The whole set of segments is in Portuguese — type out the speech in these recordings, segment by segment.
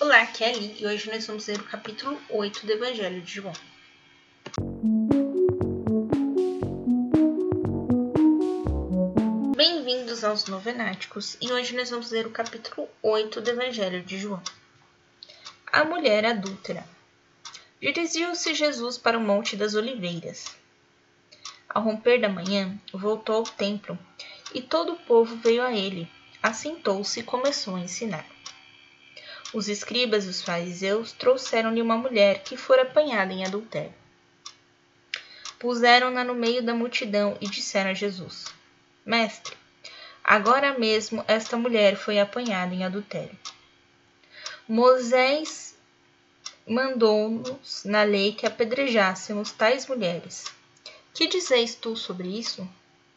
Olá, aqui é a Li, e hoje nós vamos ler o capítulo 8 do Evangelho de João. Bem-vindos aos Novenáticos, e hoje nós vamos ler o capítulo 8 do Evangelho de João. A mulher adúltera. Dirigiu-se Jesus para o Monte das Oliveiras. Ao romper da manhã, voltou ao templo, e todo o povo veio a ele. Assentou-se e começou a ensinar. Os escribas e os fariseus trouxeram-lhe uma mulher que fora apanhada em adultério. Puseram-na no meio da multidão e disseram a Jesus: Mestre, agora mesmo esta mulher foi apanhada em adultério. Moisés mandou-nos na lei que apedrejássemos tais mulheres. Que dizeis tu sobre isso?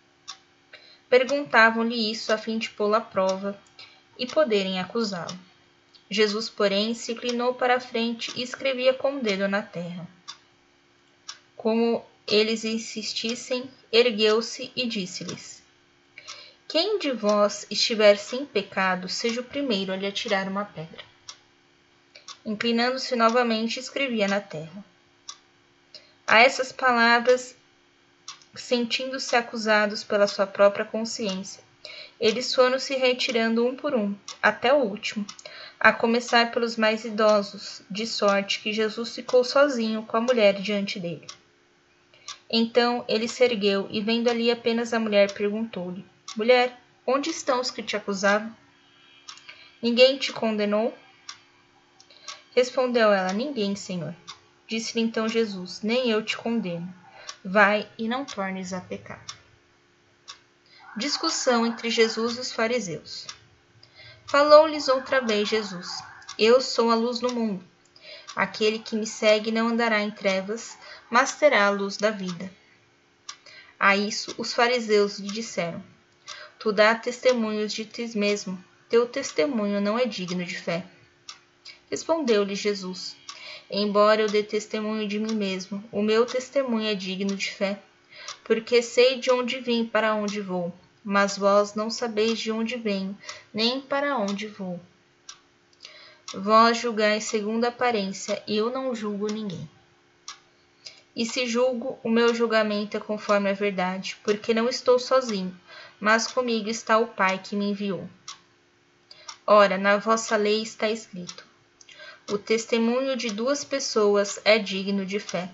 Perguntavam-lhe isso a fim de pô-lo à prova e poderem acusá-lo. Jesus, porém, se inclinou para a frente e escrevia com o dedo na terra. Como eles insistissem, ergueu-se e disse-lhes: Quem de vós estiver sem pecado, seja o primeiro a lhe atirar uma pedra. Inclinando-se novamente, escrevia na terra. A essas palavras, sentindo-se acusados pela sua própria consciência, eles foram se retirando um por um, até o último, a começar pelos mais idosos, de sorte que Jesus ficou sozinho com a mulher diante dele. Então ele se ergueu e, vendo ali apenas a mulher, perguntou-lhe: Mulher, onde estão os que te acusavam? Ninguém te condenou? Respondeu ela: Ninguém, Senhor. Disse-lhe então Jesus: Nem eu te condeno. Vai e não tornes a pecar. Discussão entre Jesus e os fariseus. Falou-lhes outra vez Jesus: Eu sou a luz do mundo. Aquele que me segue não andará em trevas, mas terá a luz da vida. A isso os fariseus lhe disseram: Tu dá testemunhos de ti mesmo, teu testemunho não é digno de fé. Respondeu-lhe Jesus: Embora eu dê testemunho de mim mesmo, o meu testemunho é digno de fé, porque sei de onde vim e para onde vou, mas vós não sabeis de onde venho, nem para onde vou. Vós julgais segundo a aparência, e eu não julgo ninguém. E se julgo, o meu julgamento é conforme a verdade, porque não estou sozinho, mas comigo está o Pai que me enviou. Ora, na vossa lei está escrito: o testemunho de duas pessoas é digno de fé.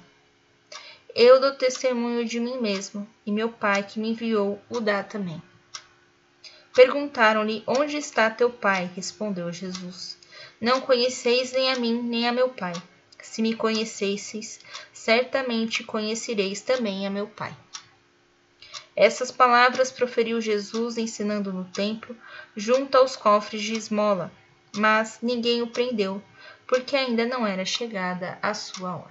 Eu dou testemunho de mim mesmo, e meu Pai que me enviou o dá também. Perguntaram-lhe: Onde está teu Pai? Respondeu Jesus: Não conheceis nem a mim, nem a meu Pai. Se me conhecesseis, certamente conhecereis também a meu Pai. Essas palavras proferiu Jesus ensinando no templo, junto aos cofres de esmola, mas ninguém o prendeu, porque ainda não era chegada a sua hora.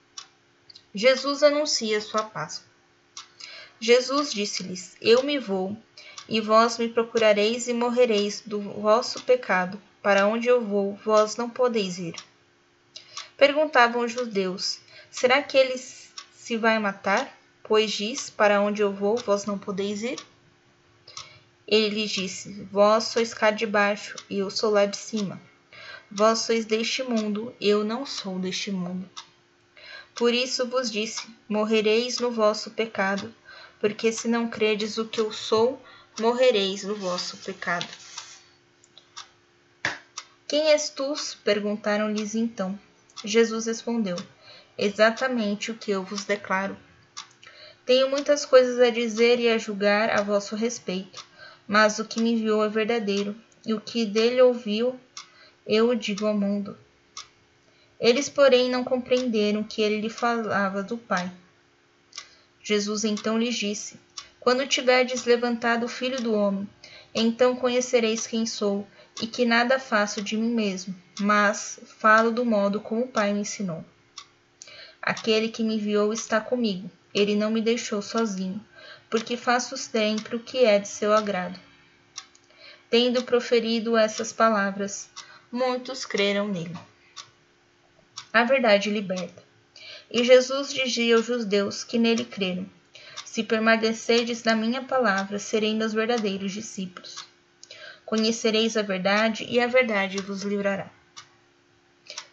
Jesus anuncia sua Páscoa. Jesus disse-lhes: Eu me vou, e vós me procurareis e morrereis do vosso pecado. Para onde eu vou, vós não podeis ir. Perguntavam os judeus: Será que ele se vai matar? Pois diz: Para onde eu vou, vós não podeis ir? Ele lhes disse: Vós sois cá de baixo, e eu sou lá de cima. Vós sois deste mundo, eu não sou deste mundo. Por isso vos disse: Morrereis no vosso pecado, porque se não credes o que eu sou, morrereis no vosso pecado. Quem és tu? Perguntaram-lhes então. Jesus respondeu: Exatamente o que eu vos declaro. Tenho muitas coisas a dizer e a julgar a vosso respeito, mas o que me enviou é verdadeiro, e o que dele ouviu, eu o digo ao mundo. Eles, porém, não compreenderam que ele lhe falava do Pai. Jesus então lhes disse: Quando tiverdes levantado o Filho do Homem, então conhecereis quem sou, e que nada faço de mim mesmo, mas falo do modo como o Pai me ensinou. Aquele que me enviou está comigo, ele não me deixou sozinho, porque faço sempre o que é de seu agrado. Tendo proferido essas palavras, muitos creram nele. A verdade liberta. E Jesus dizia aos judeus que nele creram: Se permanecerdes na minha palavra, serei meus verdadeiros discípulos. Conhecereis a verdade, e a verdade vos livrará.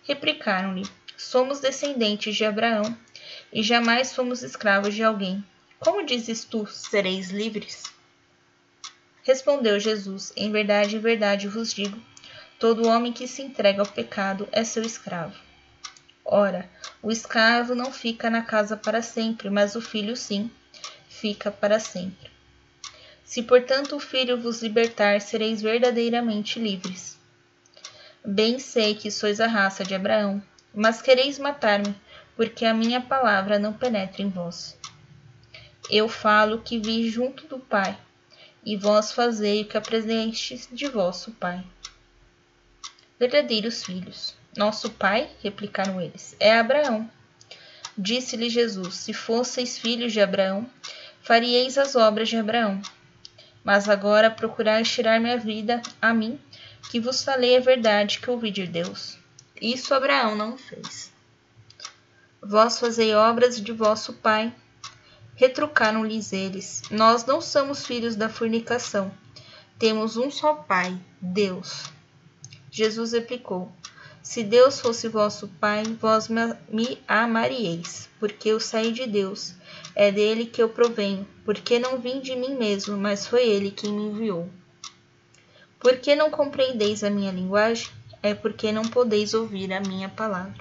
Replicaram-lhe: Somos descendentes de Abraão e jamais fomos escravos de alguém. Como dizes tu, sereis livres? Respondeu Jesus: em verdade vos digo, todo homem que se entrega ao pecado é seu escravo. Ora, o escravo não fica na casa para sempre, mas o filho sim, fica para sempre. Se, portanto, o Filho vos libertar, sereis verdadeiramente livres. Bem sei que sois a raça de Abraão, mas quereis matar-me, porque a minha palavra não penetra em vós. Eu falo o que vi junto do Pai, e vós fazei o que aprendestes de vosso Pai. Verdadeiros filhos. Nosso pai, replicaram eles, é Abraão. Disse-lhe Jesus: se fosseis filhos de Abraão, faríeis as obras de Abraão. Mas agora procurais tirar-me a vida a mim, que vos falei a verdade que ouvi de Deus. Isso Abraão não fez. Vós fazei obras de vosso pai. Retrucaram-lhes eles: nós não somos filhos da fornicação. Temos um só pai, Deus. Jesus replicou: se Deus fosse vosso pai, vós me amaríeis, porque eu saí de Deus. É dele que eu provenho, porque não vim de mim mesmo, mas foi ele quem me enviou. Por que não compreendeis a minha linguagem? É porque não podeis ouvir a minha palavra.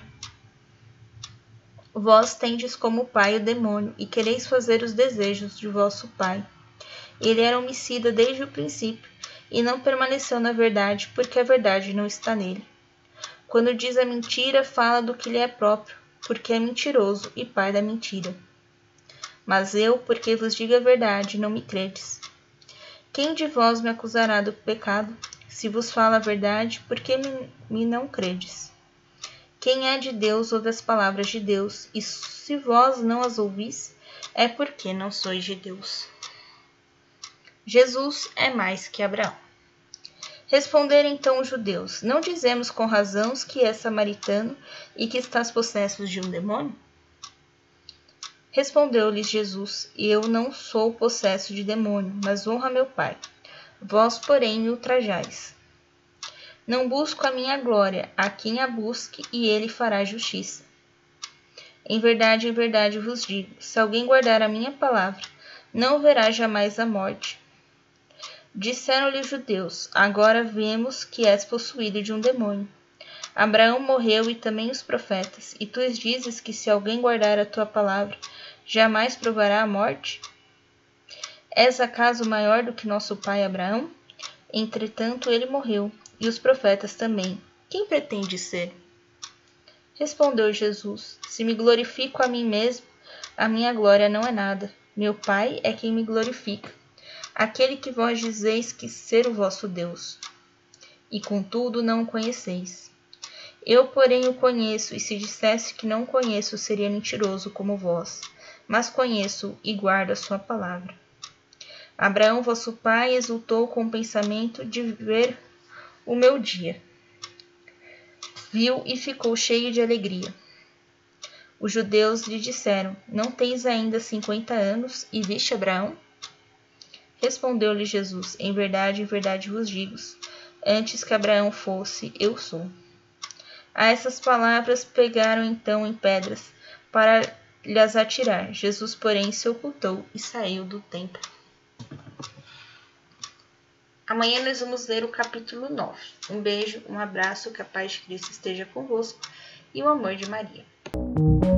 Vós tendes como pai o demônio, e quereis fazer os desejos de vosso pai. Ele era homicida desde o princípio, e não permaneceu na verdade, porque a verdade não está nele. Quando diz a mentira, fala do que lhe é próprio, porque é mentiroso e pai da mentira. Mas eu, porque vos digo a verdade, não me credes. Quem de vós me acusará do pecado? Se vos falo a verdade, por que me não credes? Quem é de Deus ouve as palavras de Deus, e se vós não as ouvis, é porque não sois de Deus. Jesus é mais que Abraão. Responderam então os judeus: não dizemos com razão que é samaritano e que estás possesso de um demônio? Respondeu-lhes Jesus: eu não sou possesso de demônio, mas honro a meu Pai. Vós, porém, me ultrajais. Não busco a minha glória, a quem a busque, e ele fará justiça. Em verdade vos digo, se alguém guardar a minha palavra, não verá jamais a morte. Disseram-lhe os judeus: agora vemos que és possuído de um demônio. Abraão morreu e também os profetas, e tu dizes que se alguém guardar a tua palavra, jamais provará a morte? És acaso maior do que nosso pai Abraão? Entretanto, ele morreu, e os profetas também. Quem pretende ser? Respondeu Jesus: se me glorifico a mim mesmo, a minha glória não é nada. Meu Pai é quem me glorifica, aquele que vós dizeis que ser o vosso Deus, e contudo não o conheceis. Eu, porém, o conheço, e se dissesse que não conheço, seria mentiroso como vós, mas conheço e guardo a sua palavra. Abraão, vosso pai, exultou com o pensamento de ver o meu dia. Viu e ficou cheio de alegria. Os judeus lhe disseram: não tens ainda 50 anos e viste Abraão? Respondeu-lhe Jesus: em verdade vos digo, antes que Abraão fosse, eu sou. A essas palavras pegaram então em pedras para lhes atirar. Jesus, porém, se ocultou e saiu do templo. Amanhã nós vamos ler o capítulo 9. Um beijo, um abraço, que a paz de Cristo esteja convosco e o amor de Maria.